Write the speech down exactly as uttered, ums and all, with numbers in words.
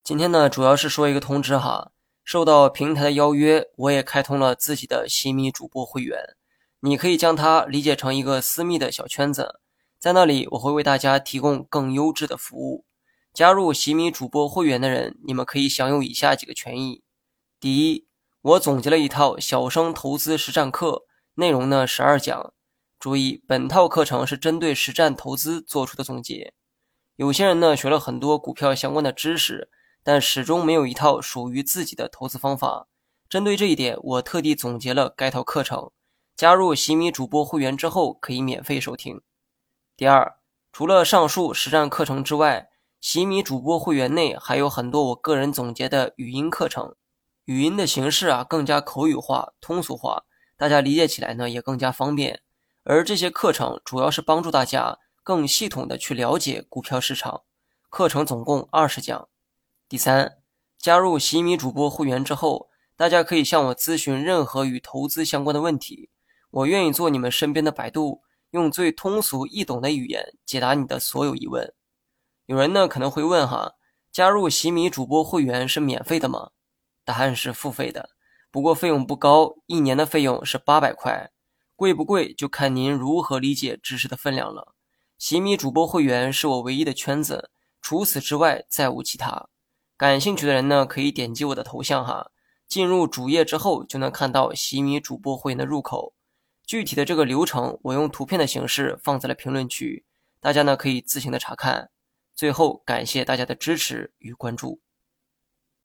今天呢，主要是说一个通知哈，受到平台的邀约，我也开通了自己的洗米主播会员。你可以将它理解成一个私密的小圈子，在那里我会为大家提供更优质的服务。加入洗米主播会员的人，你们可以享有以下几个权益。第一，我总结了一套小生投资实战课，内容呢十二讲。注意，本套课程是针对实战投资做出的总结。有些人呢学了很多股票相关的知识，但始终没有一套属于自己的投资方法。针对这一点，我特地总结了该套课程。加入洗米主播会员之后，可以免费收听。第二，除了上述实战课程之外，洗米主播会员内还有很多我个人总结的语音课程。语音的形式啊更加口语化、通俗化，大家理解起来呢也更加方便。而这些课程主要是帮助大家更系统的去了解股票市场。课程总共二十讲。第三，加入洗米主播会员之后，大家可以向我咨询任何与投资相关的问题，我愿意做你们身边的百度，用最通俗易懂的语言解答你的所有疑问。有人呢可能会问哈，加入洗米主播会员是免费的吗？答案是付费的，不过费用不高，一年的费用是八百块。贵不贵就看您如何理解知识的分量了。洗米主播会员是我唯一的圈子，除此之外再无其他。感兴趣的人呢可以点击我的头像哈，进入主页之后就能看到洗米主播会员的入口。具体的这个流程我用图片的形式放在了评论区，大家呢可以自行的查看。最后感谢大家的支持与关注。